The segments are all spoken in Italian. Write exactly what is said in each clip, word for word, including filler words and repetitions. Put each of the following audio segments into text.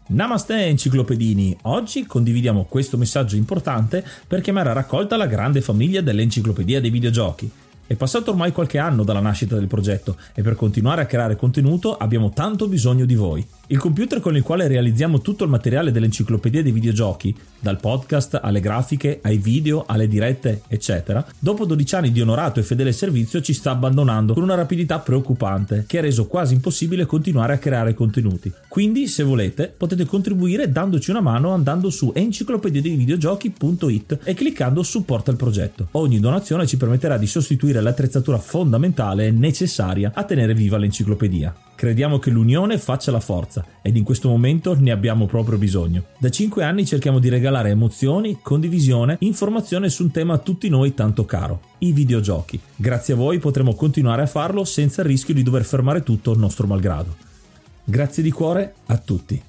Namaste enciclopedini, oggi condividiamo questo messaggio importante per chiamare a raccolta la grande famiglia dell'Enciclopedia dei Videogiochi. È passato ormai qualche anno dalla nascita del progetto e per continuare a creare contenuto abbiamo tanto bisogno di voi. Il computer con il quale realizziamo tutto il materiale dell'Enciclopedia dei Videogiochi, dal podcast alle grafiche, ai video, alle dirette, eccetera, dopo dodici anni di onorato e fedele servizio ci sta abbandonando con una rapidità preoccupante che ha reso quasi impossibile continuare a creare contenuti. Quindi, se volete, potete contribuire dandoci una mano andando su enciclopedia dei videogiochi punto it e cliccando supporta il progetto. Ogni donazione ci permetterà di sostituire l'attrezzatura fondamentale e necessaria a tenere viva l'enciclopedia. Crediamo che l'unione faccia la forza ed in questo momento ne abbiamo proprio bisogno. Da cinque anni cerchiamo di regalare emozioni, condivisione, informazione su un tema a tutti noi tanto caro, i videogiochi. Grazie a voi potremo continuare a farlo senza il rischio di dover fermare tutto nostro malgrado. Grazie di cuore a tutti.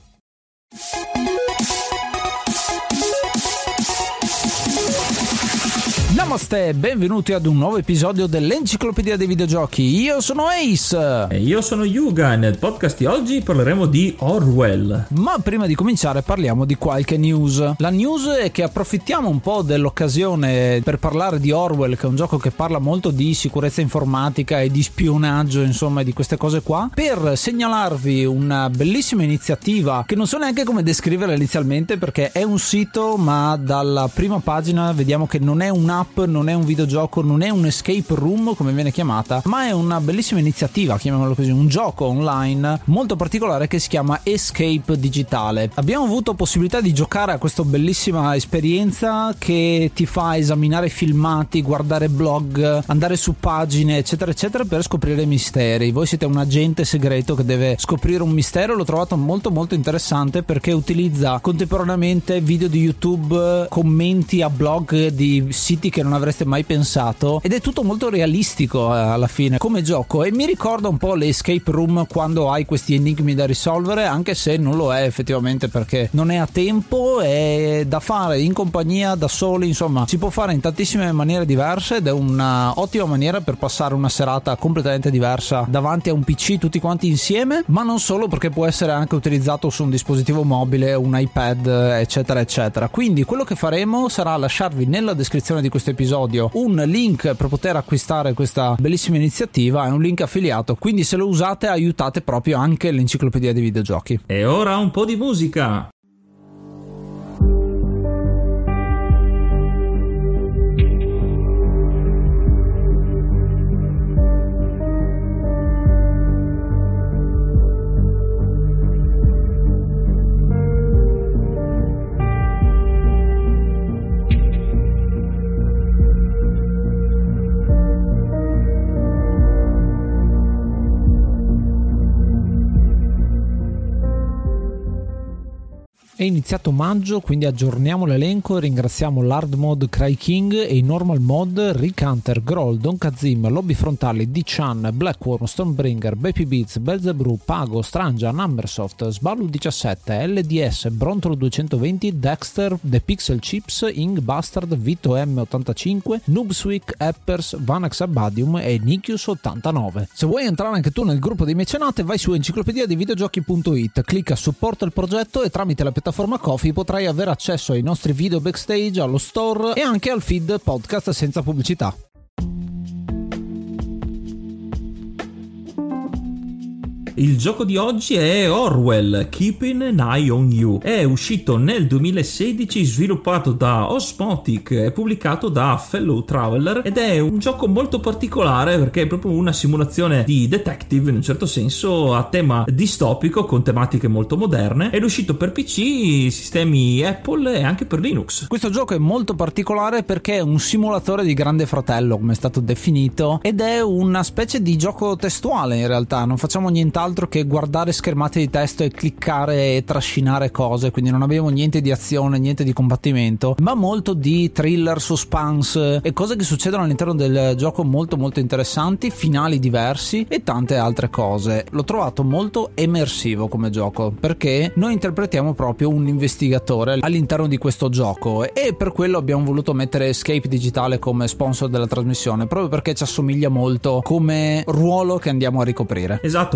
Namaste, benvenuti ad un nuovo episodio dell'Enciclopedia dei Videogiochi. Io sono Ace e io sono Yuga e nel podcast di oggi parleremo di Orwell. Ma prima di cominciare parliamo di qualche news. La news è che approfittiamo un po' dell'occasione per parlare di Orwell, che è un gioco che parla molto di sicurezza informatica e di spionaggio, insomma di queste cose qua, per segnalarvi una bellissima iniziativa che non so neanche come descriverla inizialmente, perché è un sito ma dalla prima pagina vediamo che non è un'app, non è un videogioco, non è un escape room come viene chiamata, ma è una bellissima iniziativa, chiamiamolo così, un gioco online molto particolare che si chiama Escape Digitale. Abbiamo avuto possibilità di giocare a questa bellissima esperienza che ti fa esaminare filmati, guardare blog, andare su pagine eccetera eccetera per scoprire misteri. Voi siete un agente segreto che deve scoprire un mistero. L'ho trovato molto molto interessante perché utilizza contemporaneamente video di YouTube, commenti a blog di siti che non avreste mai pensato, ed è tutto molto realistico alla fine come gioco, e mi ricorda un po' le escape room quando hai questi enigmi da risolvere, anche se non lo è effettivamente perché non è a tempo, è da fare in compagnia, da soli, insomma si può fare in tantissime maniere diverse ed è una ottima maniera per passare una serata completamente diversa davanti a un P C tutti quanti insieme, ma non solo, perché può essere anche utilizzato su un dispositivo mobile, un iPad eccetera eccetera. Quindi quello che faremo sarà lasciarvi nella descrizione di questo episodio un link per poter acquistare questa bellissima iniziativa, è un link affiliato, quindi se lo usate aiutate proprio anche l'Enciclopedia dei Videogiochi. E ora un po' di musica. È iniziato maggio, quindi aggiorniamo l'elenco e ringraziamo l'Hard Mode Cry King e i Normal Mod Rick Hunter, Groll, Don Kazim, Lobby Frontali, D-Chan, Blackworm, Stonebringer, Baby Beats, Belzebrew, Pago, Strangia, Numbersoft, Sballu diciassette, L D S, Brontolo duecentoventi, Dexter, The Pixel Chips, Ing Bastard, Vito M ottantacinque, Noobswick, Eppers, Vanax Abadium e Nikius ottantanove. Se vuoi entrare anche tu nel gruppo dei mecenate, vai su enciclopedia dei videogiochi punto it, clicca supporta il progetto e tramite la piattaforma Ko-fi potrai avere accesso ai nostri video backstage, allo store e anche al feed podcast senza pubblicità. Il gioco di oggi è Orwell, Keeping an Eye on You. È uscito nel duemilasedici, sviluppato da Osmotic e pubblicato da Fellow Traveler, ed è un gioco molto particolare perché è proprio una simulazione di detective in un certo senso a tema distopico con tematiche molto moderne. È uscito per P C, sistemi Apple e anche per Linux. Questo gioco è molto particolare perché è un simulatore di Grande Fratello, come è stato definito, ed è una specie di gioco testuale in realtà. Non facciamo nient'altro che guardare schermate di testo e cliccare e trascinare cose, quindi non abbiamo niente di azione, niente di combattimento, ma molto di thriller, suspense e cose che succedono all'interno del gioco molto molto interessanti, finali diversi e tante altre cose. L'ho trovato molto immersivo come gioco perché noi interpretiamo proprio un investigatore all'interno di questo gioco e per quello abbiamo voluto mettere Escape Digitale come sponsor della trasmissione, proprio perché ci assomiglia molto come ruolo che andiamo a ricoprire. Esatto, perché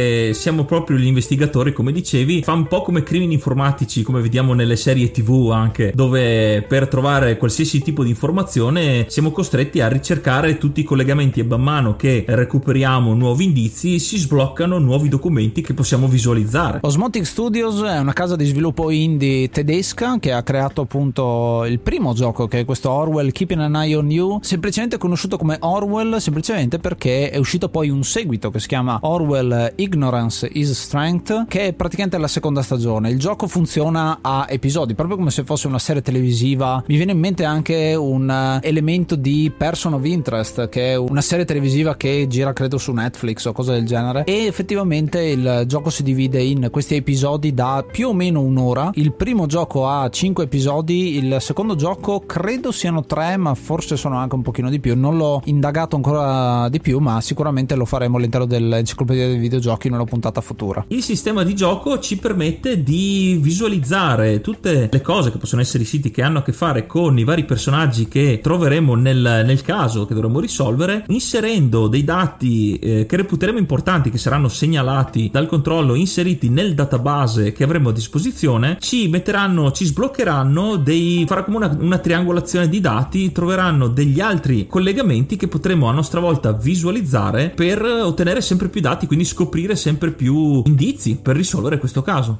perché siamo proprio gli investigatori, come dicevi. Fa un po' come crimini informatici, come vediamo nelle serie tv anche, dove per trovare qualsiasi tipo di informazione siamo costretti a ricercare tutti i collegamenti e man mano che recuperiamo nuovi indizi si sbloccano nuovi documenti che possiamo visualizzare. Osmotic Studios è una casa di sviluppo indie tedesca che ha creato appunto il primo gioco, che è questo Orwell Keeping an Eye on You, semplicemente conosciuto come Orwell semplicemente perché è uscito poi un seguito che si chiama Orwell Ignorance is Strength, che è praticamente la seconda stagione. Il gioco funziona a episodi, proprio come se fosse una serie televisiva. Mi viene in mente anche un elemento di Person of Interest, che è una serie televisiva che gira credo su Netflix o cose del genere, e effettivamente il gioco si divide in questi episodi da più o meno un'ora. Il primo gioco ha cinque episodi, il secondo gioco credo siano tre, ma forse sono anche un pochino di più. Non l'ho indagato ancora di più, ma sicuramente lo faremo all'interno dell'enciclopedia dei videogiochi in una puntata futura. Il sistema di gioco ci permette di visualizzare tutte le cose che possono essere i siti che hanno a che fare con i vari personaggi che troveremo nel, nel caso che dovremo risolvere, inserendo dei dati eh, che reputeremo importanti, che saranno segnalati dal controllo, inseriti nel database che avremo a disposizione. Ci metteranno, ci sbloccheranno dei, farà come una, una triangolazione di dati, troveranno degli altri collegamenti che potremo a nostra volta visualizzare per ottenere sempre più dati, quindi scoprire sempre più indizi per risolvere questo caso.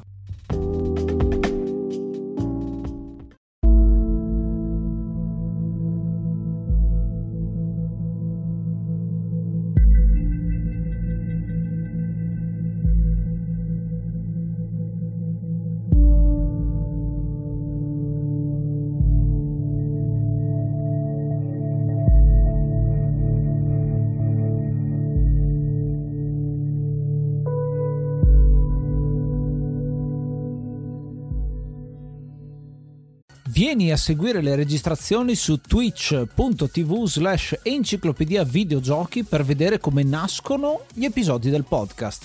Vieni a seguire le registrazioni su twitch.tv slash enciclopedia videogiochi per vedere come nascono gli episodi del podcast.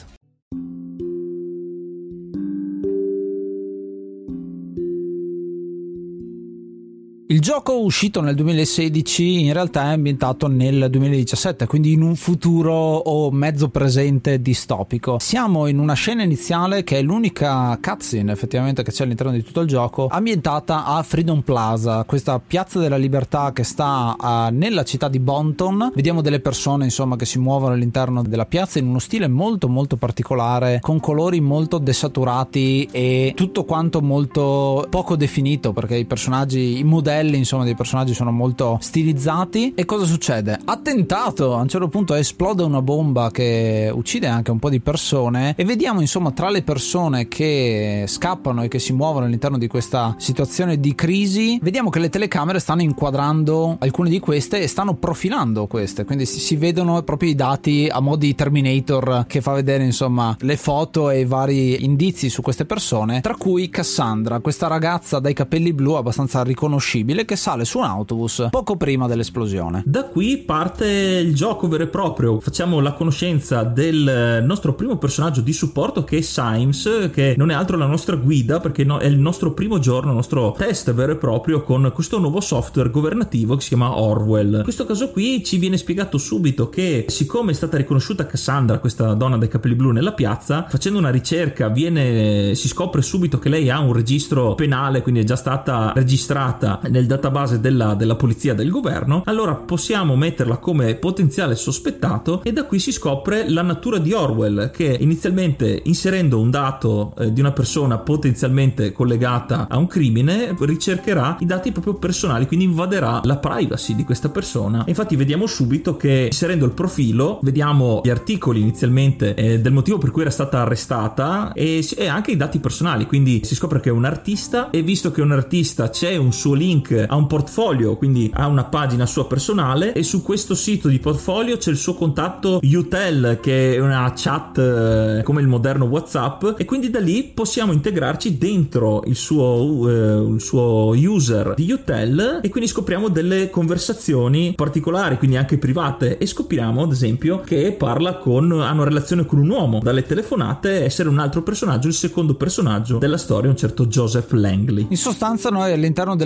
Il gioco uscito nel duemilasedici in realtà è ambientato nel duemiladiciassette, quindi in un futuro o mezzo presente distopico. Siamo in una scena iniziale che è l'unica cutscene effettivamente che c'è all'interno di tutto il gioco, ambientata a Freedom Plaza, questa piazza della libertà che sta uh, nella città di Bonton. Vediamo delle persone insomma che si muovono all'interno della piazza in uno stile molto molto particolare, con colori molto desaturati e tutto quanto molto poco definito, perché i personaggi, i modelli insomma dei personaggi sono molto stilizzati. E cosa succede? Attentato! A un certo punto esplode una bomba che uccide anche un po' di persone e vediamo insomma tra le persone che scappano e che si muovono all'interno di questa situazione di crisi, vediamo che le telecamere stanno inquadrando alcune di queste e stanno profilando queste, quindi si, si vedono proprio i dati a mo' di Terminator che fa vedere insomma le foto e i vari indizi su queste persone, tra cui Cassandra, questa ragazza dai capelli blu abbastanza riconoscibile che sale su un autobus poco prima dell'esplosione. Da qui parte il gioco vero e proprio. Facciamo la conoscenza del nostro primo personaggio di supporto, che è Symes, che non è altro la nostra guida, perché no, è il nostro primo giorno, il nostro test vero e proprio con questo nuovo software governativo che si chiama Orwell. In questo caso qui ci viene spiegato subito che, siccome è stata riconosciuta Cassandra, questa donna dai capelli blu, nella piazza, facendo una ricerca viene, si scopre subito che lei ha un registro penale, quindi è già stata registrata nel database della, della polizia del governo. Allora possiamo metterla come potenziale sospettato e da qui si scopre la natura di Orwell, che inizialmente, inserendo un dato eh, di una persona potenzialmente collegata a un crimine, ricercherà i dati proprio personali, quindi invaderà la privacy di questa persona. E infatti vediamo subito che, inserendo il profilo, vediamo gli articoli inizialmente eh, del motivo per cui era stata arrestata e, e anche i dati personali, quindi si scopre che è un artista, e visto che è un artista c'è un suo link a un portfolio, quindi ha una pagina sua personale, e su questo sito di portfolio c'è il suo contatto Utel, che è una chat eh, come il moderno WhatsApp, e quindi da lì possiamo integrarci dentro il suo, eh, il suo user di Utel, e quindi scopriamo delle conversazioni particolari, quindi anche private, e scopriamo ad esempio che parla con, ha una relazione con un uomo, dalle telefonate essere un altro personaggio, il secondo personaggio della storia, un certo Joseph Langley. In sostanza noi all'interno della schermata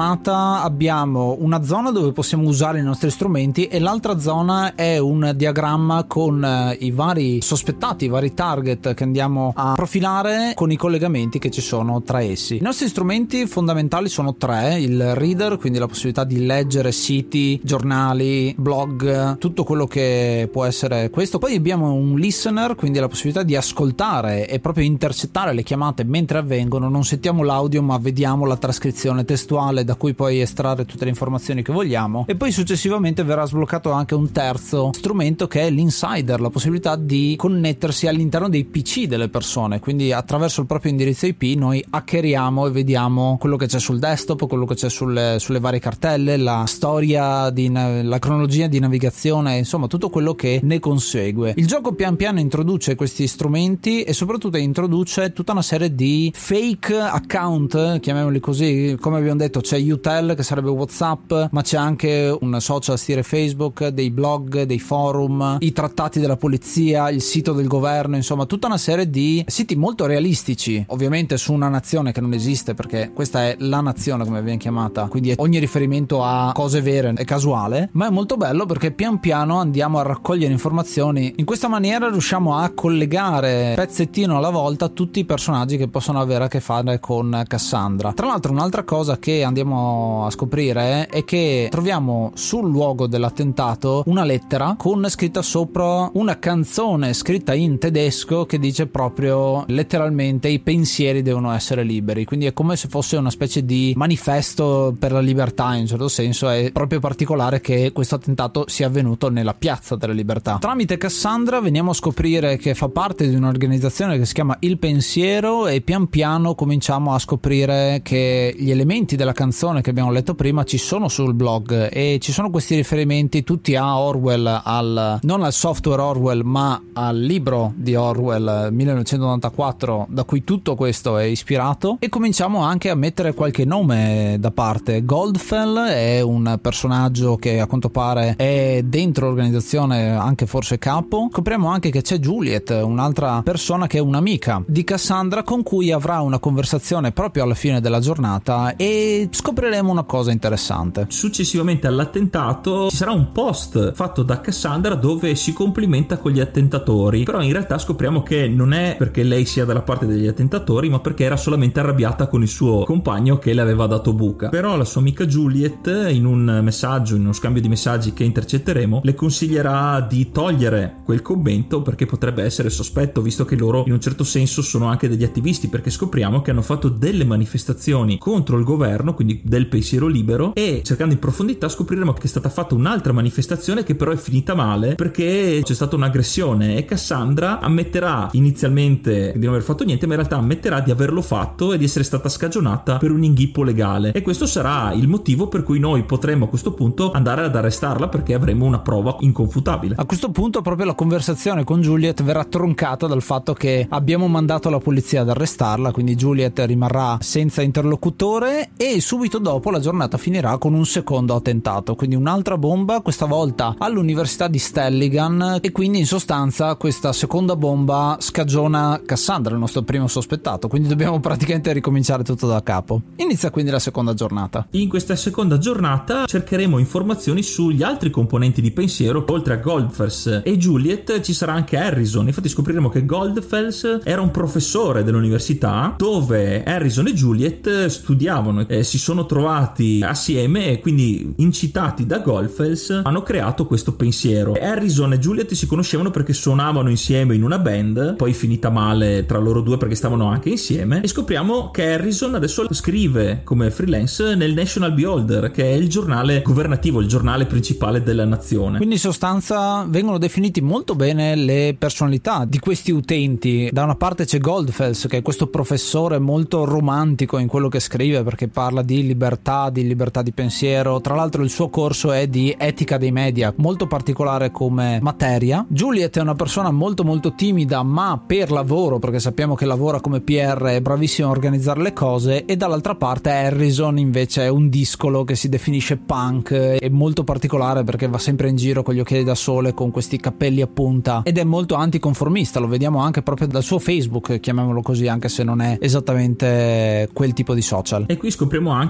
schermata abbiamo una zona dove possiamo usare i nostri strumenti e l'altra zona è un diagramma con eh, i vari sospettati, i vari target che andiamo a profilare con i collegamenti che ci sono tra essi. I nostri strumenti fondamentali sono tre: il reader, quindi la possibilità di leggere siti, giornali, blog, tutto quello che può essere questo. Poi abbiamo un listener, quindi la possibilità di ascoltare e proprio intercettare le chiamate mentre avvengono. Non sentiamo l'audio ma vediamo la trascrizione testuale da cui poi estrarre tutte le informazioni che vogliamo. E poi successivamente verrà sbloccato anche un terzo strumento che è l'insider, la possibilità di connettersi all'interno dei P C delle persone, quindi attraverso il proprio indirizzo I P noi hackeriamo e vediamo quello che c'è sul desktop, quello che c'è sulle, sulle varie cartelle, la storia di la cronologia di navigazione, insomma tutto quello che ne consegue. Il gioco pian piano introduce questi strumenti e soprattutto introduce tutta una serie di fake account, chiamiamoli così. Come abbiamo detto, c'è Utel che sarebbe WhatsApp, ma c'è anche un social stile Facebook, dei blog, dei forum, i trattati della polizia, il sito del governo, insomma tutta una serie di siti molto realistici, ovviamente su una nazione che non esiste, perché questa è la nazione come viene chiamata, quindi ogni riferimento a cose vere è casuale, ma è molto bello perché pian piano andiamo a raccogliere informazioni. In questa maniera riusciamo a collegare pezzettino alla volta tutti i personaggi che possono avere a che fare con Cassandra. Tra l'altro un'altra cosa che andiamo a scoprire è che troviamo sul luogo dell'attentato una lettera con scritta sopra una canzone scritta in tedesco che dice proprio letteralmente i pensieri devono essere liberi, quindi è come se fosse una specie di manifesto per la libertà. In un certo senso è proprio particolare che questo attentato sia avvenuto nella piazza della libertà. Tramite Cassandra veniamo a scoprire che fa parte di un'organizzazione che si chiama Il Pensiero e pian piano cominciamo a scoprire che gli elementi della canzone che abbiamo letto prima ci sono sul blog e ci sono questi riferimenti tutti a Orwell, al non al software Orwell ma al libro di Orwell millenovecentonovantaquattro da cui tutto questo è ispirato, e cominciamo anche a mettere qualche nome da parte. Goldfell è un personaggio che a quanto pare è dentro l'organizzazione, anche forse capo. Scopriamo anche che c'è Juliet, un'altra persona che è un'amica di Cassandra con cui avrà una conversazione proprio alla fine della giornata e scopriremo una cosa interessante. Successivamente all'attentato ci sarà un post fatto da Cassandra dove si complimenta con gli attentatori, però in realtà scopriamo che non è perché lei sia dalla parte degli attentatori ma perché era solamente arrabbiata con il suo compagno che le aveva dato buca. Però la sua amica Juliet in un messaggio, in uno scambio di messaggi che intercetteremo, le consiglierà di togliere quel commento perché potrebbe essere sospetto, visto che loro in un certo senso sono anche degli attivisti, perché scopriamo che hanno fatto delle manifestazioni contro il governo, quindi del pensiero libero, e cercando in profondità scopriremo che è stata fatta un'altra manifestazione che però è finita male perché c'è stata un'aggressione e Cassandra ammetterà inizialmente di non aver fatto niente, ma in realtà ammetterà di averlo fatto e di essere stata scagionata per un inghippo legale, e questo sarà il motivo per cui noi potremo a questo punto andare ad arrestarla perché avremo una prova inconfutabile. A questo punto proprio la conversazione con Juliet verrà troncata dal fatto che abbiamo mandato la polizia ad arrestarla, quindi Juliet rimarrà senza interlocutore e subito dopo la giornata finirà con un secondo attentato, quindi un'altra bomba, questa volta all'università di Stelligan, e quindi in sostanza questa seconda bomba scagiona Cassandra, il nostro primo sospettato, quindi dobbiamo praticamente ricominciare tutto da capo. Inizia quindi la seconda giornata. In questa seconda giornata cercheremo informazioni sugli altri componenti di pensiero. Oltre a Goldfels e Juliet ci sarà anche Harrison. Infatti scopriremo che Goldfels era un professore dell'università dove Harrison e Juliet studiavano e si sono trovati assieme, e quindi incitati da Goldfels hanno creato questo pensiero. Harrison e Juliet si conoscevano perché suonavano insieme in una band, poi finita male tra loro due perché stavano anche insieme, e scopriamo che Harrison adesso scrive come freelance nel National Beholder, che è il giornale governativo, il giornale principale della nazione. Quindi in sostanza vengono definiti molto bene le personalità di questi utenti. Da una parte c'è Goldfels, che è questo professore molto romantico in quello che scrive, perché parla di libertà, di libertà di pensiero. Tra l'altro il suo corso è di etica dei media, molto particolare come materia. Juliet è una persona molto molto timida, ma per lavoro, perché sappiamo che lavora come P R, è bravissimo a organizzare le cose. E dall'altra parte Harrison invece è un discolo che si definisce punk, è molto particolare perché va sempre in giro con gli occhiali da sole, con questi capelli a punta, ed è molto anticonformista. Lo vediamo anche proprio dal suo Facebook, chiamiamolo così, anche se non è esattamente quel tipo di social. E qui scopriamo anche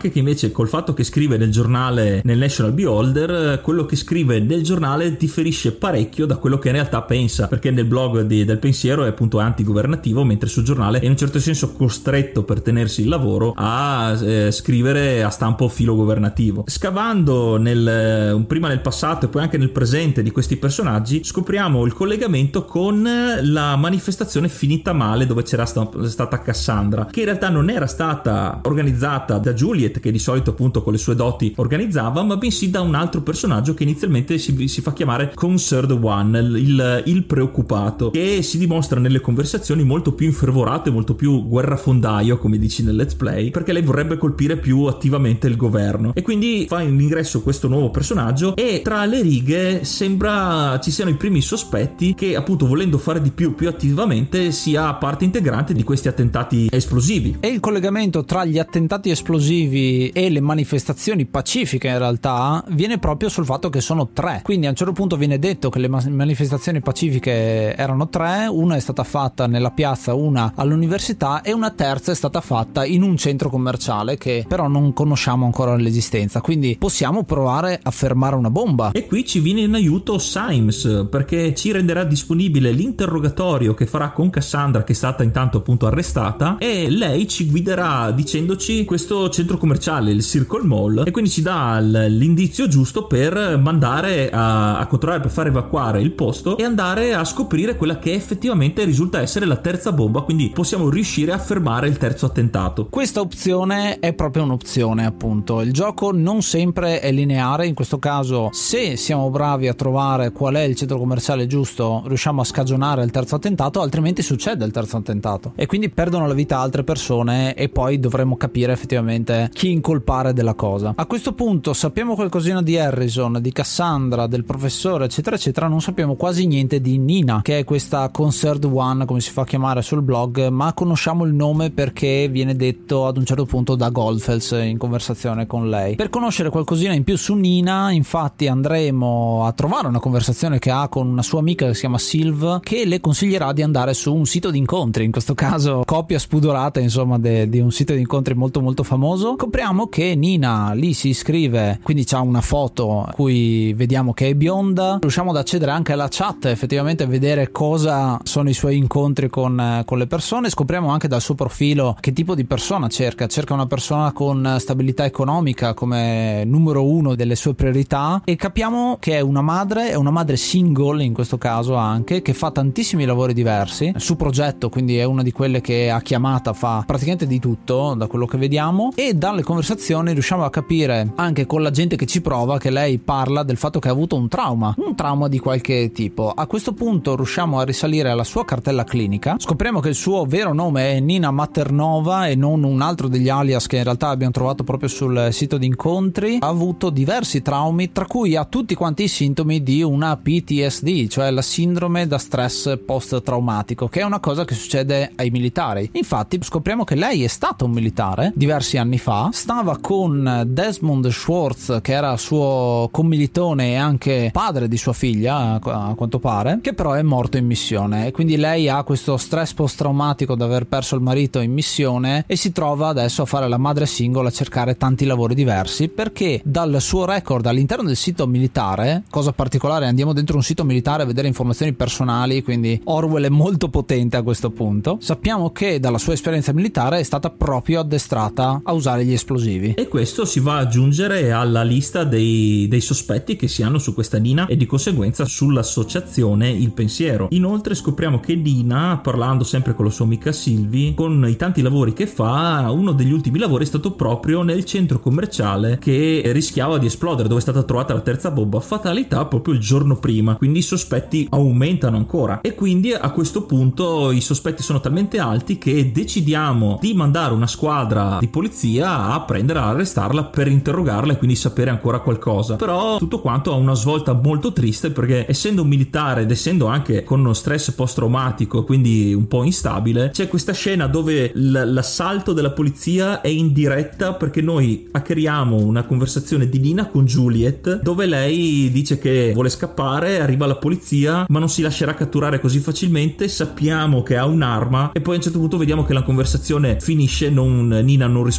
anche che invece col fatto che scrive nel giornale, nel National Beholder, quello che scrive nel giornale differisce parecchio da quello che in realtà pensa, perché nel blog di, del pensiero è appunto antigovernativo, mentre sul giornale è in un certo senso costretto per tenersi il lavoro a eh, scrivere a stampo filogovernativo. Scavando nel, prima nel passato e poi anche nel presente di questi personaggi, scopriamo il collegamento con la manifestazione Finita Male, dove c'era sta, stata Cassandra, che in realtà non era stata organizzata da Juliet, che di solito appunto con le sue doti organizzava, ma bensì da un altro personaggio che inizialmente si, si fa chiamare Concerned One, il, il preoccupato, che si dimostra nelle conversazioni molto più infervorato e molto più guerrafondaio, come dici nel let's play, perché lei vorrebbe colpire più attivamente il governo, e quindi fa in ingresso questo nuovo personaggio, e tra le righe sembra ci siano i primi sospetti che appunto, volendo fare di più più attivamente, sia parte integrante di questi attentati esplosivi. E il collegamento tra gli attentati esplosivi e le manifestazioni pacifiche in realtà viene proprio sul fatto che sono tre. Quindi a un certo punto viene detto che le manifestazioni pacifiche erano tre, una è stata fatta nella piazza, una all'università e una terza è stata fatta in un centro commerciale che però non conosciamo ancora l'esistenza, quindi possiamo provare a fermare una bomba. E qui ci viene in aiuto Symes, perché ci renderà disponibile l'interrogatorio che farà con Cassandra, che è stata intanto appunto arrestata, e lei ci guiderà dicendoci questo centro commerciale, il Circle Mall, e quindi ci dà l'indizio giusto per mandare a, a controllare, per far evacuare il posto e andare a scoprire quella che effettivamente risulta essere la terza bomba, quindi possiamo riuscire a fermare il terzo attentato. Questa opzione è proprio un'opzione, appunto. Il gioco non sempre è lineare, in questo caso se siamo bravi a trovare qual è il centro commerciale giusto riusciamo a scagionare il terzo attentato, altrimenti succede il terzo attentato e quindi perdono la vita altre persone e poi dovremo capire effettivamente chi incolpare della cosa. A questo punto sappiamo qualcosina di Harrison, di Cassandra, del professore eccetera eccetera, non sappiamo quasi niente di Nina, che è questa Concerned One come si fa chiamare sul blog, ma conosciamo il nome perché viene detto ad un certo punto da Goldfels in conversazione con lei. Per conoscere qualcosina in più su Nina infatti andremo a trovare una conversazione che ha con una sua amica che si chiama Sylve, che le consiglierà di andare su un sito di incontri, in questo caso copia spudorata insomma de, di un sito di incontri molto molto famoso. Scopriamo che Nina lì si iscrive, quindi c'ha una foto in cui vediamo che è bionda, riusciamo ad accedere anche alla chat, effettivamente vedere cosa sono i suoi incontri con, con le persone. Scopriamo anche dal suo profilo che tipo di persona cerca, cerca una persona con stabilità economica come numero uno delle sue priorità, e capiamo che è una madre, è una madre single in questo caso anche, che fa tantissimi lavori diversi su progetto, quindi è una di quelle che a chiamata fa praticamente di tutto da quello che vediamo, e dalle conversazioni riusciamo a capire anche con la gente che ci prova che lei parla del fatto che ha avuto un trauma, un trauma di qualche tipo. A questo punto riusciamo a risalire alla sua cartella clinica, scopriamo che il suo vero nome è Nina Maternova e non un altro degli alias che in realtà abbiamo trovato proprio sul sito di incontri. Ha avuto diversi traumi, tra cui ha tutti quanti i sintomi di una P T S D, cioè la sindrome da stress post-traumatico, che è una cosa che succede ai militari. Infatti scopriamo che lei è stata un militare diversi anni fa, stava con Desmond Schwartz che era suo commilitone e anche padre di sua figlia a quanto pare, che però è morto in missione, e quindi lei ha questo stress post-traumatico da aver perso il marito in missione e si trova adesso a fare la madre single, a cercare tanti lavori diversi, perché dal suo record all'interno del sito militare, cosa particolare, andiamo dentro un sito militare a vedere informazioni personali, quindi Orwell è molto potente a questo punto, sappiamo che dalla sua esperienza militare è stata proprio addestrata a usare gli esplosivi. E questo si va ad aggiungere alla lista dei, dei sospetti che si hanno su questa Nina e di conseguenza sull'associazione Il Pensiero. Inoltre scopriamo che Nina, parlando sempre con la sua amica Sylvie, con i tanti lavori che fa, uno degli ultimi lavori è stato proprio nel centro commerciale che rischiava di esplodere, dove è stata trovata la terza bomba, fatalità proprio il giorno prima, quindi i sospetti aumentano ancora, e quindi a questo punto i sospetti sono talmente alti che decidiamo di mandare una squadra di polizia a prendere, a arrestarla per interrogarla e quindi sapere ancora qualcosa. Però tutto quanto ha una svolta molto triste, perché essendo un militare ed essendo anche con uno stress post-traumatico, quindi un po' instabile, c'è questa scena dove l'assalto della polizia è in diretta, perché noi hackeriamo una conversazione di Nina con Juliet dove lei dice che vuole scappare, arriva la polizia ma non si lascerà catturare così facilmente, sappiamo che ha un'arma, e poi a un certo punto vediamo che la conversazione finisce, non, Nina non risponde più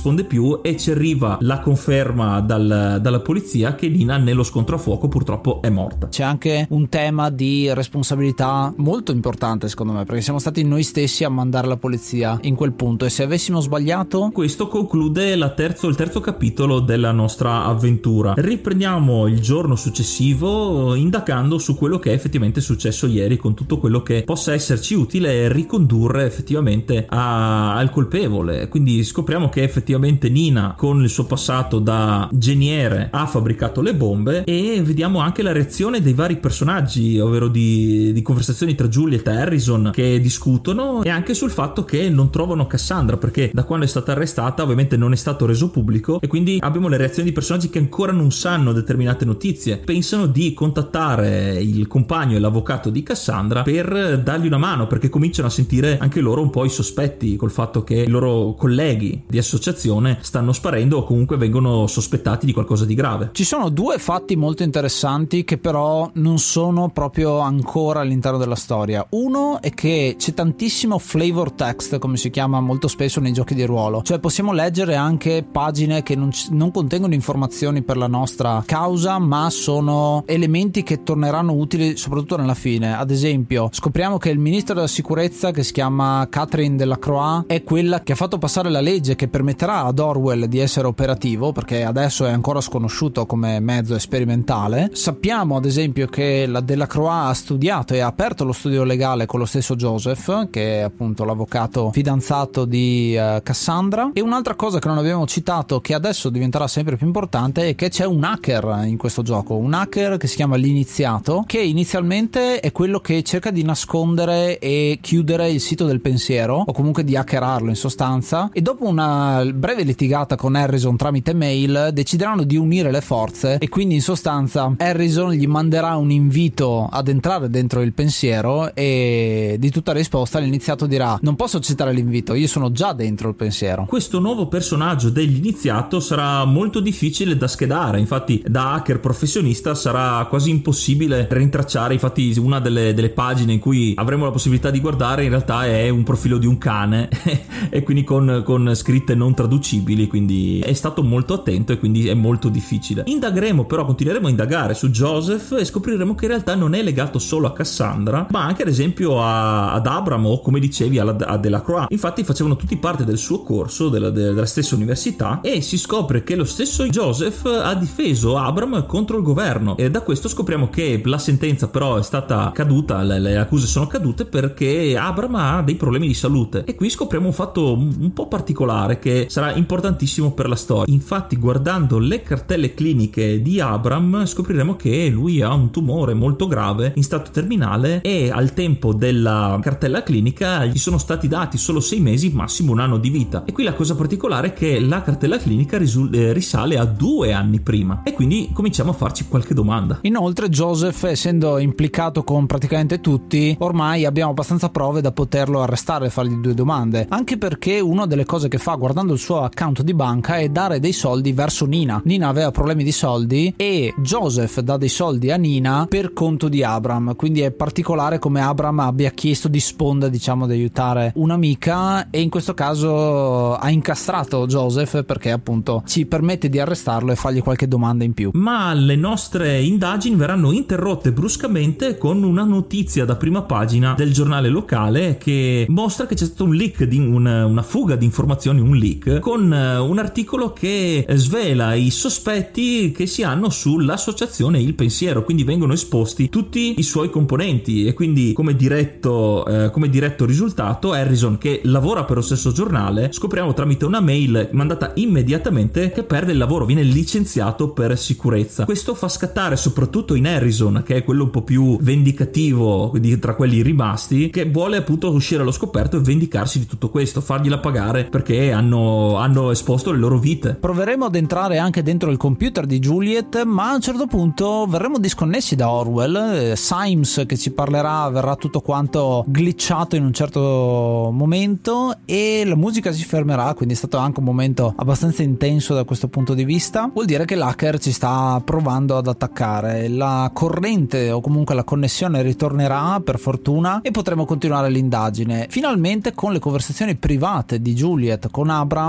più e ci arriva la conferma dal, dalla polizia che Nina nello scontro a fuoco purtroppo è morta. C'è anche un tema di responsabilità molto importante secondo me, perché siamo stati noi stessi a mandare la polizia in quel punto, e se avessimo sbagliato... Questo conclude la terzo, il terzo capitolo della nostra avventura. Riprendiamo il giorno successivo indagando su quello che è effettivamente successo ieri, con tutto quello che possa esserci utile e ricondurre effettivamente a, al colpevole. Quindi scopriamo che effettivamente Nina, con il suo passato da geniere, ha fabbricato le bombe, e vediamo anche la reazione dei vari personaggi, ovvero di, di conversazioni tra Juliet e Harrison che discutono, e anche sul fatto che non trovano Cassandra, perché da quando è stata arrestata ovviamente non è stato reso pubblico, e quindi abbiamo le reazioni di personaggi che ancora non sanno determinate notizie, pensano di contattare il compagno e l'avvocato di Cassandra per dargli una mano, perché cominciano a sentire anche loro un po' i sospetti col fatto che i loro colleghi di associazione stanno sparendo o comunque vengono sospettati di qualcosa di grave. Ci sono due fatti molto interessanti che però non sono proprio ancora all'interno della storia. Uno è che c'è tantissimo flavor text, come si chiama molto spesso nei giochi di ruolo, cioè possiamo leggere anche pagine che non, non contengono informazioni per la nostra causa, ma sono elementi che torneranno utili soprattutto nella fine. Ad esempio, scopriamo che il ministro della sicurezza, che si chiama Catherine Delacroix, è quella che ha fatto passare la legge che permetterà ad Orwell di essere operativo, perché adesso è ancora sconosciuto come mezzo sperimentale. Sappiamo ad esempio che la Delacroix ha studiato e ha aperto lo studio legale con lo stesso Joseph, che è appunto l'avvocato fidanzato di uh, Cassandra. E un'altra cosa che non abbiamo citato, che adesso diventerà sempre più importante, è che c'è un hacker in questo gioco, un hacker che si chiama l'Iniziato, che inizialmente è quello che cerca di nascondere e chiudere il sito del pensiero, o comunque di hackerarlo in sostanza, e dopo una breve litigata con Harrison tramite mail decideranno di unire le forze, e quindi in sostanza Harrison gli manderà un invito ad entrare dentro il pensiero, e di tutta risposta l'Iniziato dirà: non posso accettare l'invito, io sono già dentro il pensiero. Questo nuovo personaggio dell'Iniziato sarà molto difficile da schedare, infatti da hacker professionista sarà quasi impossibile rintracciare. Infatti una delle, delle pagine in cui avremo la possibilità di guardare in realtà è un profilo di un cane e quindi con, con scritte non traducibili, quindi è stato molto attento e quindi è molto difficile. Indagheremo però, continueremo a indagare su Joseph e scopriremo che in realtà non è legato solo a Cassandra, ma anche ad esempio a, ad Abram, o come dicevi alla, a Delacroix. Infatti facevano tutti parte del suo corso, della, della stessa università, e si scopre che lo stesso Joseph ha difeso Abram contro il governo, e da questo scopriamo che la sentenza però è stata caduta, le, le accuse sono cadute perché Abram ha dei problemi di salute. E qui scopriamo un fatto un, un po' particolare che sarà importantissimo per la storia. Infatti, guardando le cartelle cliniche di Abram scopriremo che lui ha un tumore molto grave in stato terminale, e al tempo della cartella clinica gli sono stati dati solo sei mesi, massimo un anno di vita. E qui la cosa particolare è che la cartella clinica risul- eh, risale a due anni prima, e quindi cominciamo a farci qualche domanda. Inoltre Joseph, essendo implicato con praticamente tutti, ormai abbiamo abbastanza prove da poterlo arrestare e fargli due domande, anche perché una delle cose che fa guardando il suo account di banca è dare dei soldi verso Nina. Nina aveva problemi di soldi e Joseph dà dei soldi a Nina per conto di Abram, quindi è particolare come Abram abbia chiesto di sponda, diciamo, di aiutare un'amica, e in questo caso ha incastrato Joseph perché appunto ci permette di arrestarlo e fargli qualche domanda in più. Ma le nostre indagini verranno interrotte bruscamente con una notizia da prima pagina del giornale locale che mostra che c'è stato un leak, di un, una fuga di informazioni, un leak, con un articolo che svela i sospetti che si hanno sull'associazione Il Pensiero, quindi vengono esposti tutti i suoi componenti, e quindi come diretto, eh, come diretto risultato Harrison, che lavora per lo stesso giornale, scopriamo tramite una mail mandata immediatamente che perde il lavoro, viene licenziato per sicurezza. Questo fa scattare soprattutto in Harrison, che è quello un po' più vendicativo di, tra quelli rimasti, che vuole appunto uscire allo scoperto e vendicarsi di tutto questo, fargliela pagare perché hanno, hanno esposto le loro vite. Proveremo ad entrare anche dentro il computer di Juliet, ma a un certo punto verremo disconnessi da Orwell. Symes, che ci parlerà, verrà tutto quanto glitchato in un certo momento e la musica si fermerà, quindi è stato anche un momento abbastanza intenso da questo punto di vista. Vuol dire che l'hacker ci sta provando ad attaccare. La corrente o comunque la connessione ritornerà per fortuna e potremo continuare l'indagine. Finalmente, con le conversazioni private di Juliet con Abram,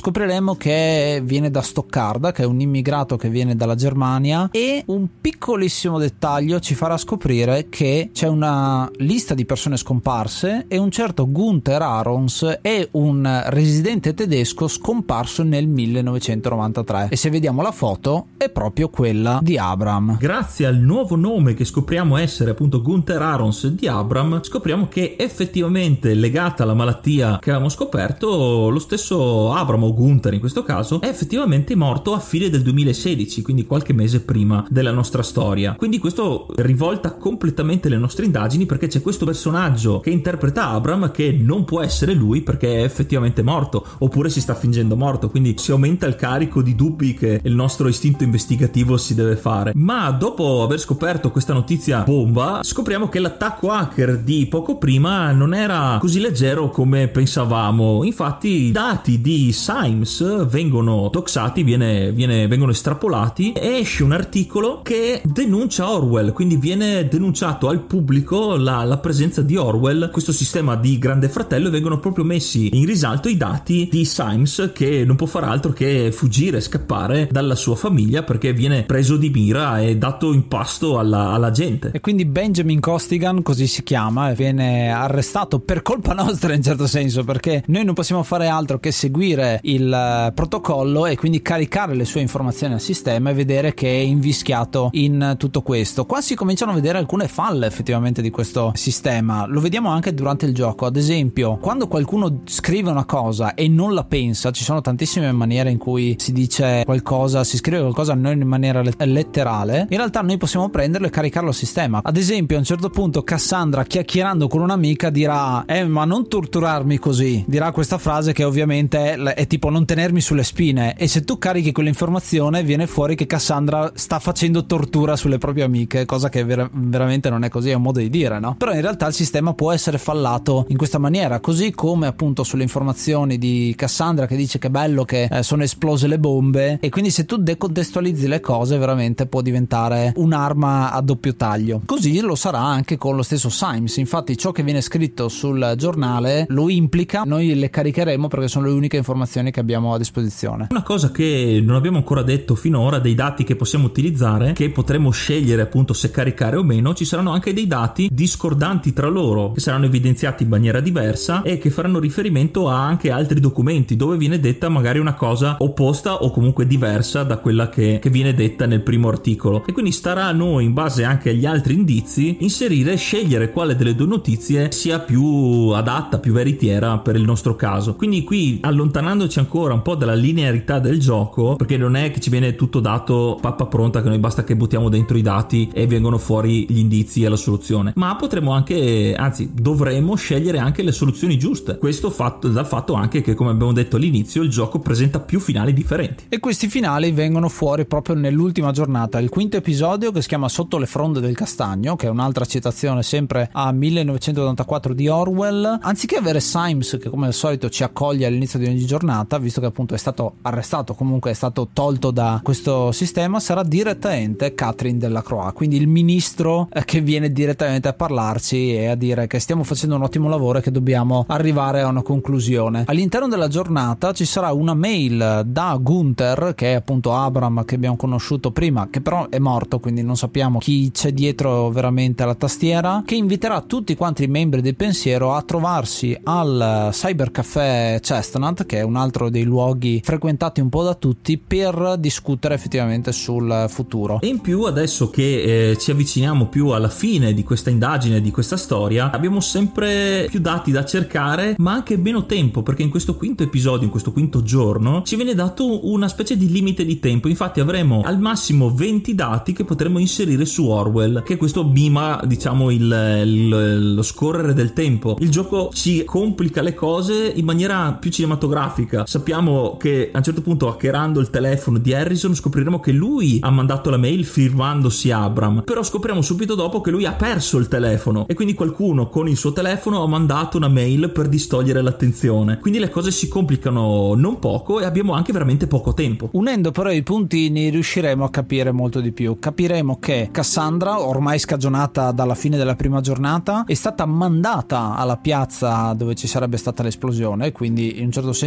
scopriremo che viene da Stoccarda, che è un immigrato che viene dalla Germania, e un piccolissimo dettaglio ci farà scoprire che c'è una lista di persone scomparse e un certo Gunther Arons è un residente tedesco scomparso nel millenovecentonovantatré, e se vediamo la foto è proprio quella di Abram. Grazie al nuovo nome che scopriamo essere appunto Gunther Arons di Abram, scopriamo che effettivamente legata alla malattia che avevamo scoperto, lo stesso Abram, o Gunther in questo caso, è effettivamente morto a fine del duemilasedici, quindi qualche mese prima della nostra storia. Quindi questo rivolta completamente le nostre indagini, perché c'è questo personaggio che interpreta Abram che non può essere lui perché è effettivamente morto, oppure si sta fingendo morto, quindi si aumenta il carico di dubbi che il nostro istinto investigativo si deve fare. Ma dopo aver scoperto questa notizia bomba, scopriamo che l'attacco hacker di poco prima non era così leggero come pensavamo. Infatti i dati di Symes vengono doxati, viene, viene, vengono estrapolati, e esce un articolo che denuncia Orwell, quindi viene denunciato al pubblico la, la presenza di Orwell, questo sistema di Grande Fratello, e vengono proprio messi in risalto i dati di Symes, che non può far altro che fuggire, scappare dalla sua famiglia perché viene preso di mira e dato in pasto alla, alla gente. E quindi Benjamin Costigan, così si chiama, viene arrestato per colpa nostra in certo senso, perché noi non possiamo fare altro che seguire il protocollo e quindi caricare le sue informazioni al sistema e vedere che è invischiato in tutto questo. Qua si cominciano a vedere alcune falle effettivamente di questo sistema, lo vediamo anche durante il gioco. Ad esempio, quando qualcuno scrive una cosa e non la pensa, ci sono tantissime maniere in cui si dice qualcosa, si scrive qualcosa non in maniera letterale, in realtà noi possiamo prenderlo e caricarlo al sistema. Ad esempio, a un certo punto Cassandra, chiacchierando con un'amica, dirà eh ma non torturarmi così, dirà questa frase che ovviamente è, è tipo non tenermi sulle spine, e se tu carichi quell'informazione viene fuori che Cassandra sta facendo tortura sulle proprie amiche, cosa che ver- veramente non è così, è un modo di dire, no? Però in realtà il sistema può essere fallato in questa maniera, così come appunto sulle informazioni di Cassandra che dice che bello che eh, sono esplose le bombe, e quindi se tu decontestualizzi le cose veramente può diventare un'arma a doppio taglio. Così lo sarà anche con lo stesso Symes, infatti ciò che viene scritto sul giornale lo implica, noi le caricheremo perché sono le uniche informazioni che abbiamo a disposizione. Una cosa che non abbiamo ancora detto finora, dei dati che possiamo utilizzare, che potremo scegliere appunto se caricare o meno, ci saranno anche dei dati discordanti tra loro che saranno evidenziati in maniera diversa e che faranno riferimento a anche altri documenti dove viene detta magari una cosa opposta o comunque diversa da quella che, che viene detta nel primo articolo, e quindi starà a noi, in base anche agli altri indizi, inserire, scegliere quale delle due notizie sia più adatta, più veritiera per il nostro caso. Quindi qui, allontanandoci ancora un po' dalla linearità del gioco, perché non è che ci viene tutto dato pappa pronta, che noi basta che buttiamo dentro i dati e vengono fuori gli indizi e la soluzione, ma potremo anche, anzi dovremo scegliere anche le soluzioni giuste. Questo fatto dal fatto anche che, come abbiamo detto all'inizio, il gioco presenta più finali differenti, e questi finali vengono fuori proprio nell'ultima giornata. Il quinto episodio, che si chiama Sotto le fronde del castagno, che è un'altra citazione sempre a millenovecentottantaquattro di Orwell, anziché avere Symes che come al solito ci accoglie all'inizio di ogni giornata, visto che appunto è stato arrestato, comunque è stato tolto da questo sistema, sarà direttamente Catherine Delacroix, quindi il ministro che viene direttamente a parlarci e a dire che stiamo facendo un ottimo lavoro e che dobbiamo arrivare a una conclusione. All'interno della giornata ci sarà una mail da Gunther, che è appunto Abram che abbiamo conosciuto prima, che però è morto, quindi non sappiamo chi c'è dietro veramente alla tastiera, che inviterà tutti quanti i membri del pensiero a trovarsi al Cybercafé Chestnut, che è un altro dei luoghi frequentati un po' da tutti, per discutere effettivamente sul futuro. E in più, adesso che eh, ci avviciniamo più alla fine di questa indagine, di questa storia, abbiamo sempre più dati da cercare, ma anche meno tempo, perché in questo quinto episodio, in questo quinto giorno, ci viene dato una specie di limite di tempo. Infatti avremo al massimo venti dati che potremo inserire su Orwell, che questo mima, diciamo, il, il, lo scorrere del tempo. Il gioco ci complica le cose in maniera più cinematografica. Sappiamo che a un certo punto, hackerando il telefono di Harrison, scopriremo che lui ha mandato la mail firmandosi Abram, però scopriamo subito dopo che lui ha perso il telefono, e quindi qualcuno con il suo telefono ha mandato una mail per distogliere l'attenzione. Quindi le cose si complicano non poco e abbiamo anche veramente poco tempo. Unendo però i puntini riusciremo a capire molto di più. Capiremo che Cassandra, ormai scagionata dalla fine della prima giornata, è stata mandata alla piazza dove ci sarebbe stata l'esplosione, quindi in un certo senso è stata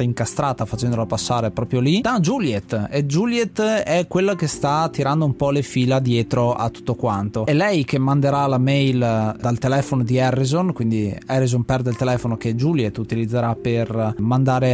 incastrata facendola passare proprio lì da Juliet, e Juliet è quella che sta tirando un po' le fila dietro a tutto quanto. È lei che manderà la mail dal telefono di Harrison, quindi Harrison perde il telefono che Juliet utilizzerà per mandare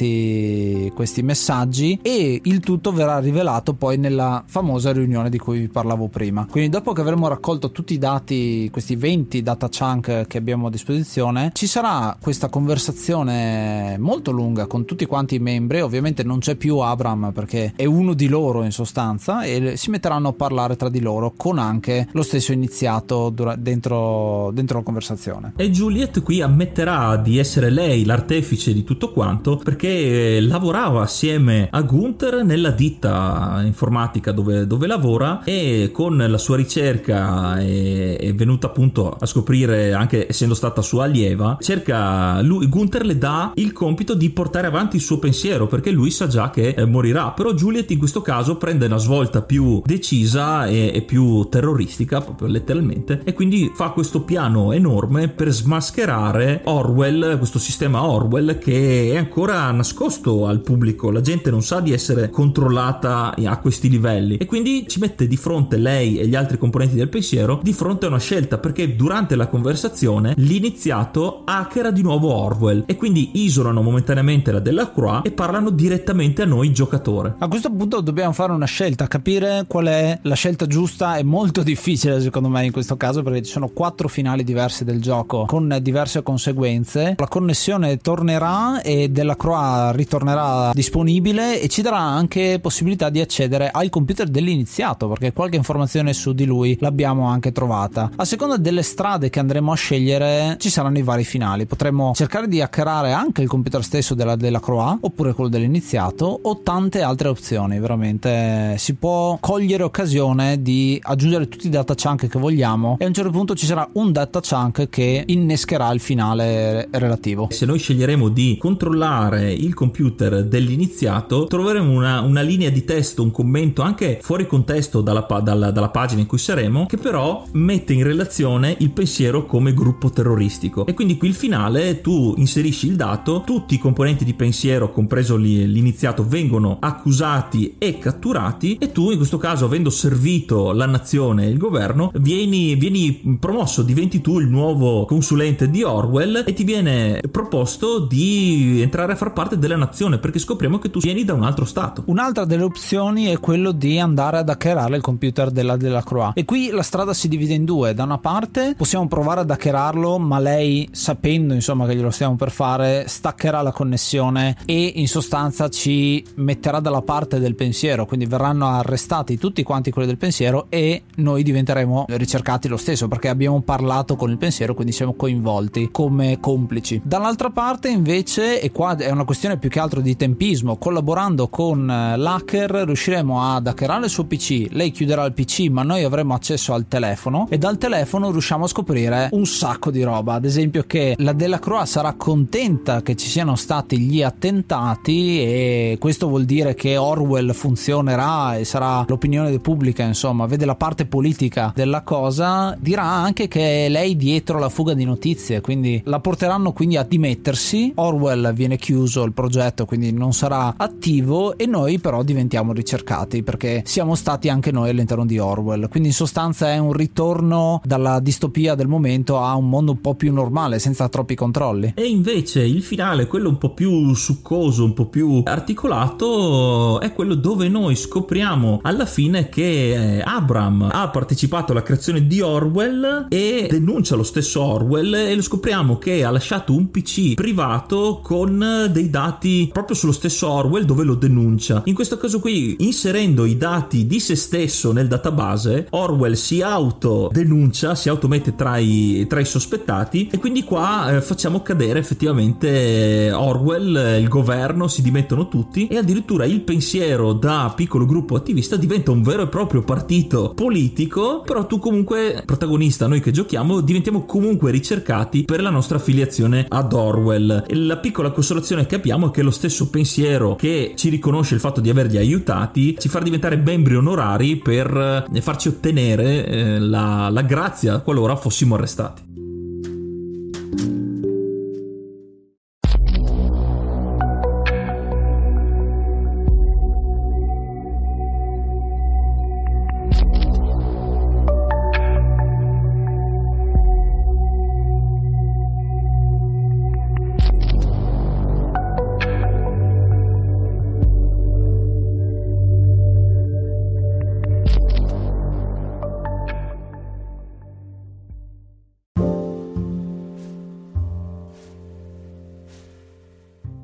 avanti questi messaggi, e il tutto verrà rivelato poi nella famosa riunione di cui vi parlavo prima. Quindi dopo che avremo raccolto tutti i dati, questi venti data chunk che abbiamo a disposizione, ci sarà questa conversazione molto lunga con tutti quanti i membri. Ovviamente non c'è più Abram perché è uno di loro in sostanza, e si metteranno a parlare tra di loro con anche lo stesso iniziato dura- dentro, dentro la conversazione. E Juliet qui ammetterà di essere lei l'artefice di tutto quanto, perché lavorava assieme a Gunther nella ditta informatica dove, dove lavora, e con la sua ricerca è, è venuta appunto a scoprire, anche essendo stata sua allieva, cerca lui, Gunther le dà il compito di portare avanti il suo pensiero, perché lui sa già che eh, morirà. Però Juliet in questo caso prende una svolta più decisa e, e più terroristica, proprio letteralmente, e quindi fa questo piano enorme per smascherare Orwell, questo sistema Orwell che è ancora nascosto al pubblico. La gente non sa di essere controllata a questi livelli, e quindi ci mette di fronte, lei e gli altri componenti del pensiero, di fronte a una scelta, perché durante la conversazione l'iniziato hackera di nuovo Orwell, e quindi isolano momentaneamente la Delacroix e parlano direttamente a noi giocatore. A questo punto dobbiamo fare una scelta, capire qual è la scelta giusta. È molto difficile secondo me in questo caso, perché ci sono quattro finali diversi del gioco con diverse conseguenze. La connessione tornerà e Delacroix ritornerà disponibile, e ci darà anche possibilità di accedere al computer dell'iniziato, perché qualche informazione su di lui l'abbiamo anche trovata. A seconda delle strade che andremo a scegliere ci saranno i vari finali. Potremmo cercare di hackerare anche il computer stesso della Delacroix, oppure quello dell'iniziato, o tante altre opzioni. Veramente si può cogliere occasione di aggiungere tutti i data chunk che vogliamo, e a un certo punto ci sarà un data chunk che innescherà il finale relativo. Se noi sceglieremo di controllare il computer dell'iniziato, troveremo una, una linea di testo, un commento anche fuori contesto dalla, dalla, dalla pagina in cui saremo, che però mette in relazione il pensiero come gruppo terroristico. E quindi qui il finale, tu inserisci il dato, tutti i componenti di pensiero, compreso l'iniziato, vengono accusati e catturati, e tu in questo caso, avendo servito la nazione e il governo, vieni, vieni promosso, diventi tu il nuovo consulente di Orwell, e ti viene proposto di entrare a far parte della nazione, perché scopriamo che tu vieni da un altro stato. Un'altra delle opzioni è quello di andare ad hackerare il computer della Delacroix, e qui la strada si divide in due. Da una parte possiamo provare ad hackerarlo, ma lei, sapendo insomma che glielo stiamo per fare, staccherà la connessione e in sostanza ci metterà dalla parte del pensiero, quindi verranno arrestati tutti quanti quelli del pensiero, e noi diventeremo ricercati lo stesso, perché abbiamo parlato con il pensiero, quindi siamo coinvolti come complici. Dall'altra parte invece, e qua è una questione più che altro di tempismo, collaborando con l'hacker riusciremo ad hackerare il suo P C, lei chiuderà il P C ma noi avremo accesso al telefono, e dal telefono riusciamo a scoprire un sacco di roba. Ad esempio che la Delacroix sarà contenta che ci siano stati gli attentati, e questo vuol dire che Orwell funzionerà e sarà l'opinione pubblica, insomma vede la parte politica della cosa. Dirà anche che è lei dietro la fuga di notizie, quindi la porteranno quindi a dimettersi. Orwell viene chiuso il progetto, quindi non sarà attivo, e noi però diventiamo ricercati perché siamo stati anche noi all'interno di Orwell. Quindi in sostanza è un ritorno dalla distopia del momento a un mondo un po' più normale, senza troppi controlli. E invece il finale, quello un po' più succoso, un po' più articolato, è quello dove noi scopriamo alla fine che Abram ha partecipato alla creazione di Orwell e denuncia lo stesso Orwell, e lo scopriamo che ha lasciato un P C privato con dei dati proprio sullo stesso Orwell, dove lo denuncia. In questo caso qui, inserendo i dati di se stesso nel database, Orwell si autodenuncia, si automette tra i, tra i sospettati, e quindi qua eh, facciamo cadere effettivamente Orwell, il governo, si dimettono tutti, e addirittura il pensiero da piccolo gruppo attivista diventa un vero e proprio partito politico. Però tu comunque, protagonista, noi che giochiamo, diventiamo comunque ricercati per la nostra affiliazione ad Orwell. E la piccola consolazione che abbiamo è che lo stesso pensiero che ci riconosce il fatto di averli aiutati ci farà diventare membri onorari per eh, farci ottenere eh, la, la grazia qualora fossimo arrestati.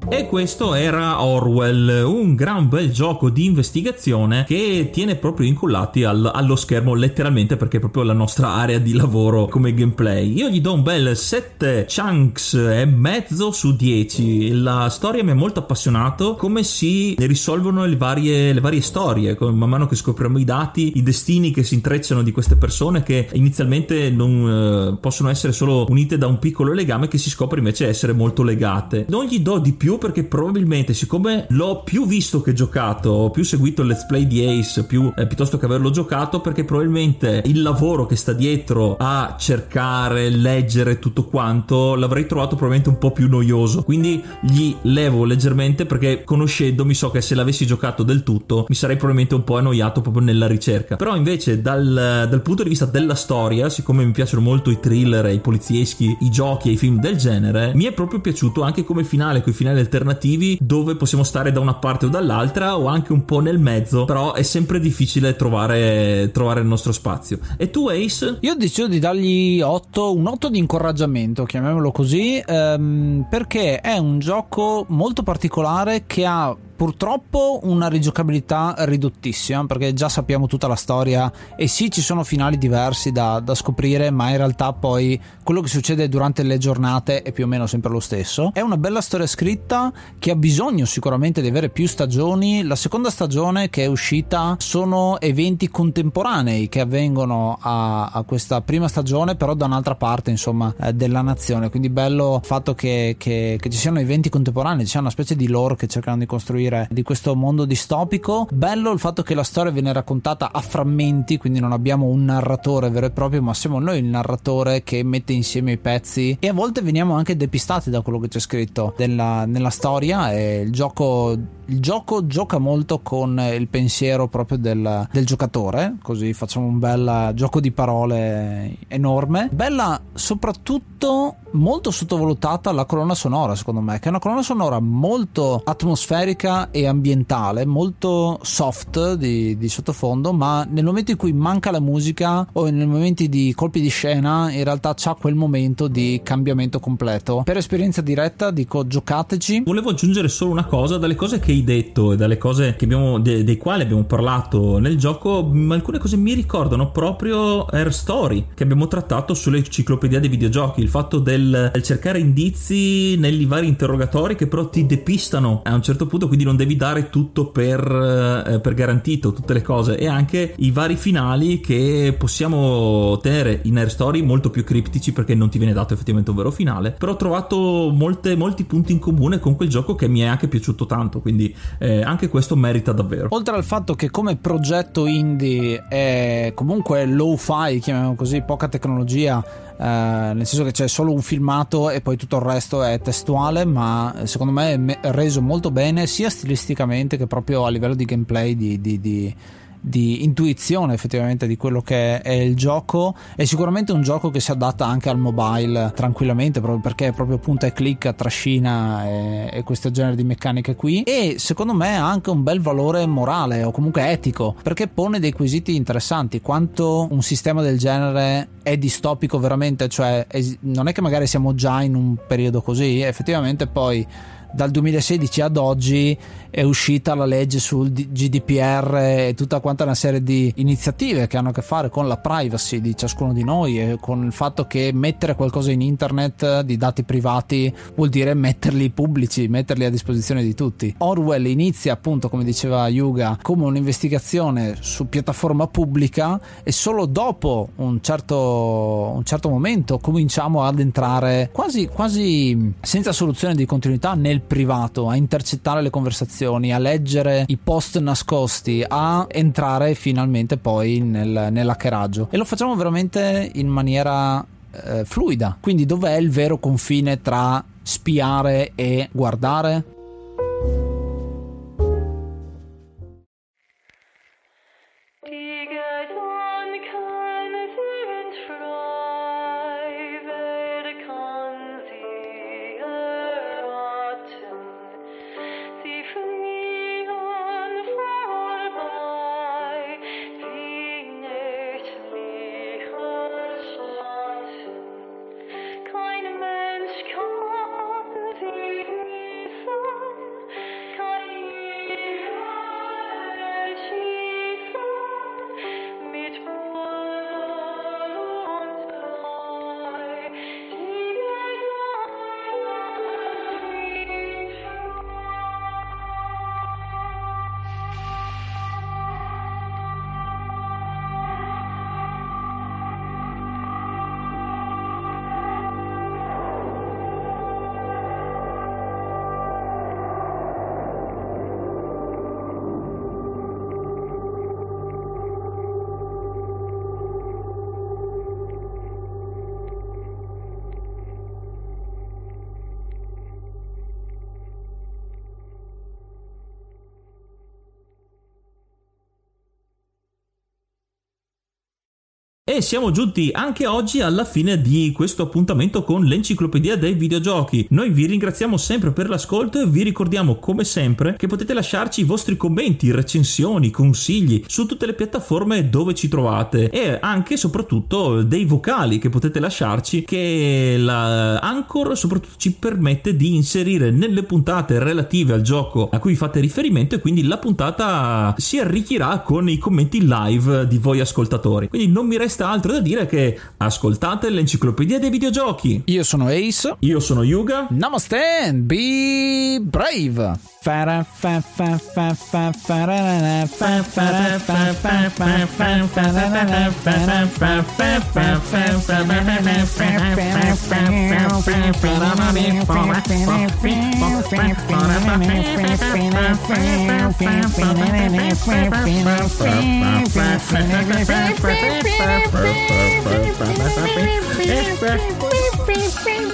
E questo era Orwell, un gran bel gioco di investigazione che tiene proprio incollati al, allo schermo letteralmente, perché è proprio la nostra area di lavoro come gameplay. Io gli do un bel sette chunks e mezzo su dieci. La storia mi è molto appassionato, come si risolvono le varie, le varie storie, man mano che scopriamo i dati, i destini che si intrecciano di queste persone che inizialmente non eh, possono essere solo unite da un piccolo legame, che si scopre invece essere molto legate. Non gli do di più perché probabilmente, siccome l'ho più visto che giocato, ho più seguito il let's play di Ace più, eh, piuttosto che averlo giocato, perché probabilmente il lavoro che sta dietro a cercare, leggere tutto quanto l'avrei trovato probabilmente un po' più noioso, quindi gli levo leggermente, perché conoscendomi so che se l'avessi giocato del tutto mi sarei probabilmente un po' annoiato proprio nella ricerca. Però invece dal, dal punto di vista della storia, siccome mi piacciono molto i thriller, i polizieschi, i giochi e i film del genere, mi è proprio piaciuto anche come finale, con i finali alternativi dove possiamo stare da una parte o dall'altra o anche un po' nel mezzo, però è sempre difficile trovare, trovare il nostro spazio. E tu, Ace? Io decido di dargli otto, un otto di incoraggiamento, chiamiamolo così, ehm, perché è un gioco molto particolare che ha purtroppo una rigiocabilità ridottissima, perché già sappiamo tutta la storia e sì, ci sono finali diversi da, da scoprire, ma in realtà poi quello che succede durante le giornate è più o meno sempre lo stesso. È una bella storia scritta che ha bisogno sicuramente di avere più stagioni. La seconda stagione che è uscita sono eventi contemporanei che avvengono a, a questa prima stagione, però da un'altra parte insomma eh, della nazione, quindi bello il fatto che, che, che ci siano eventi contemporanei, ci sia una specie di lore che cercano di costruire di questo mondo distopico. Bello il fatto che la storia viene raccontata a frammenti, quindi non abbiamo un narratore vero e proprio, ma siamo noi il narratore che mette insieme i pezzi, e a volte veniamo anche depistati da quello che c'è scritto della, nella storia. E il gioco il gioco gioca molto con il pensiero proprio del, del giocatore, così facciamo un bel gioco di parole enorme. Bella soprattutto, molto sottovalutata la colonna sonora, secondo me, che è una colonna sonora molto atmosferica e ambientale, molto soft di, di sottofondo, ma nel momento in cui manca la musica o nei momenti di colpi di scena in realtà c'ha quel momento di cambiamento completo. Per esperienza diretta dico, giocateci. Volevo aggiungere solo una cosa: dalle cose che hai detto e dalle cose che abbiamo, de, dei quali abbiamo parlato nel gioco, alcune cose mi ricordano proprio Her Story, che abbiamo trattato sull'enciclopedia dei videogiochi, il fatto del, del cercare indizi nei vari interrogatori che però ti depistano a un certo punto, quindi non devi dare tutto per, eh, per garantito, tutte le cose, e anche i vari finali che possiamo ottenere in Her Story molto più criptici perché non ti viene dato effettivamente un vero finale. Però ho trovato molte, molti punti in comune con quel gioco che mi è anche piaciuto tanto, quindi eh, anche questo merita davvero. Oltre al fatto che come progetto indie è comunque low-fi, chiamiamolo così, poca tecnologia, eh, nel senso che c'è solo un filmato e poi tutto il resto è testuale, ma secondo me è reso molto bene sia stilisticamente che proprio a livello di gameplay, di, di, di di intuizione effettivamente di quello che è il gioco. È sicuramente un gioco che si adatta anche al mobile tranquillamente, proprio perché è proprio punta e clicca, trascina e, e questo genere di meccaniche qui, e secondo me ha anche un bel valore morale o comunque etico, perché pone dei quesiti interessanti: quanto un sistema del genere è distopico veramente, cioè es- non è che magari siamo già in un periodo così, effettivamente poi dal duemilasedici ad oggi è uscita la legge sul G D P R e tutta quanta una serie di iniziative che hanno a che fare con la privacy di ciascuno di noi e con il fatto che mettere qualcosa in internet di dati privati vuol dire metterli pubblici, metterli a disposizione di tutti. Orwell inizia appunto, come diceva Yuga, come un'investigazione su piattaforma pubblica, e solo dopo un certo, un certo momento cominciamo ad entrare quasi, quasi senza soluzione di continuità nel privato, a intercettare le conversazioni, a leggere i post nascosti, a entrare finalmente poi nel, nell'hackeraggio, e lo facciamo veramente in maniera eh, fluida. Quindi dov'è il vero confine tra spiare e guardare? Kein Mensch kann sie E siamo giunti anche oggi alla fine di questo appuntamento con l'Enciclopedia dei Videogiochi. Noi vi ringraziamo sempre per l'ascolto e vi ricordiamo come sempre che potete lasciarci i vostri commenti, recensioni, consigli su tutte le piattaforme dove ci trovate, e anche e soprattutto dei vocali che potete lasciarci, che la Anchor soprattutto ci permette di inserire nelle puntate relative al gioco a cui fate riferimento, e quindi la puntata si arricchirà con i commenti live di voi ascoltatori. Quindi non mi resta altro da dire che ascoltate l'Enciclopedia dei Videogiochi. Io sono Ace. Io sono Yuga. Namaste and be brave. Fara fa fa fa fa fa fa fa fa